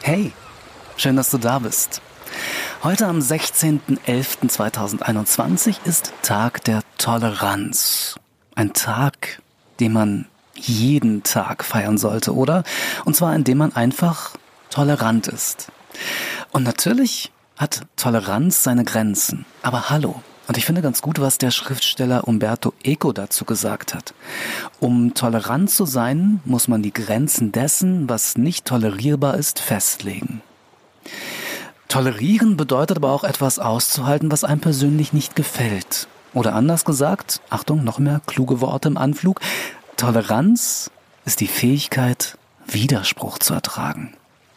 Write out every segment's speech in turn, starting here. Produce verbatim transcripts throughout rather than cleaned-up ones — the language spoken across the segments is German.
Hey, schön, dass du da bist. Heute am sechzehnten elften zweitausendeinundzwanzig ist Tag der Toleranz. Ein Tag, den man jeden Tag feiern sollte, oder? Und zwar indem man einfach tolerant ist. Und natürlich hat Toleranz seine Grenzen. Aber hallo. Und ich finde ganz gut, was der Schriftsteller Umberto Eco dazu gesagt hat. Um tolerant zu sein, muss man die Grenzen dessen, was nicht tolerierbar ist, festlegen. Tolerieren bedeutet aber auch etwas auszuhalten, was einem persönlich nicht gefällt. Oder anders gesagt, Achtung, noch mehr kluge Worte im Anflug, Toleranz ist die Fähigkeit, Widerspruch zu ertragen.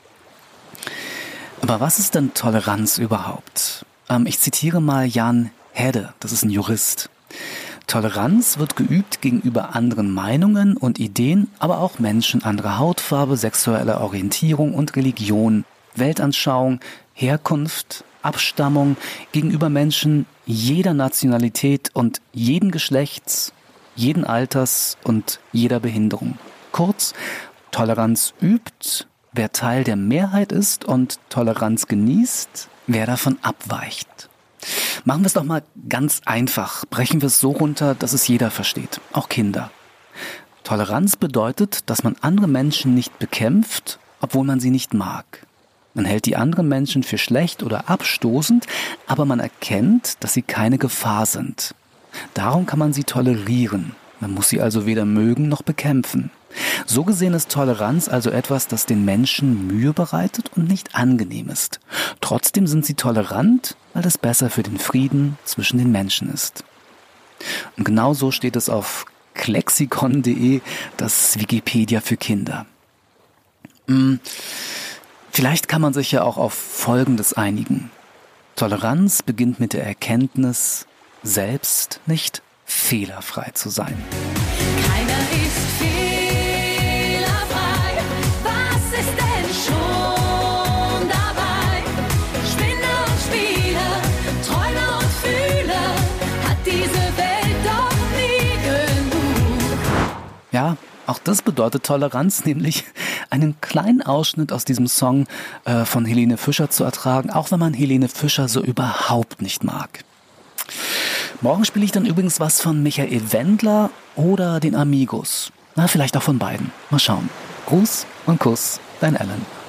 Aber was ist denn Toleranz überhaupt? Ähm, ich zitiere mal Jan Hedde, das ist ein Jurist. Toleranz wird geübt gegenüber anderen Meinungen und Ideen, aber auch Menschen anderer Hautfarbe, sexueller Orientierung und Religion, Weltanschauung, Herkunft, Abstammung, gegenüber Menschen jeder Nationalität und jeden Geschlechts, jeden Alters und jeder Behinderung. Kurz, Toleranz übt, wer Teil der Mehrheit ist, und Toleranz genießt, wer davon abweicht. Machen wir es doch mal ganz einfach. Brechen wir es so runter, dass es jeder versteht, auch Kinder. Toleranz bedeutet, dass man andere Menschen nicht bekämpft, obwohl man sie nicht mag. Man hält die anderen Menschen für schlecht oder abstoßend, aber man erkennt, dass sie keine Gefahr sind. Darum kann man sie tolerieren. Man muss sie also weder mögen noch bekämpfen. So gesehen ist Toleranz also etwas, das den Menschen Mühe bereitet und nicht angenehm ist. Trotzdem sind sie tolerant, weil das besser für den Frieden zwischen den Menschen ist. Und genau so steht es auf klexikon punkt de, das Wikipedia für Kinder. Hm, vielleicht kann man sich ja auch auf Folgendes einigen. Toleranz beginnt mit der Erkenntnis, selbst nicht fehlerfrei zu sein. Keiner ist fehlerfrei. Was ist denn schon dabei? Spinner und Spieler, Träumer und Fühler, hat diese Welt doch nie genug. Ja, auch das bedeutet Toleranz, nämlich einen kleinen Ausschnitt aus diesem Song äh, von Helene Fischer zu ertragen, auch wenn man Helene Fischer so überhaupt nicht mag. Morgen spiele ich dann übrigens was von Michael Wendler oder den Amigos. Na, vielleicht auch von beiden. Mal schauen. Gruß und Kuss, dein Alan.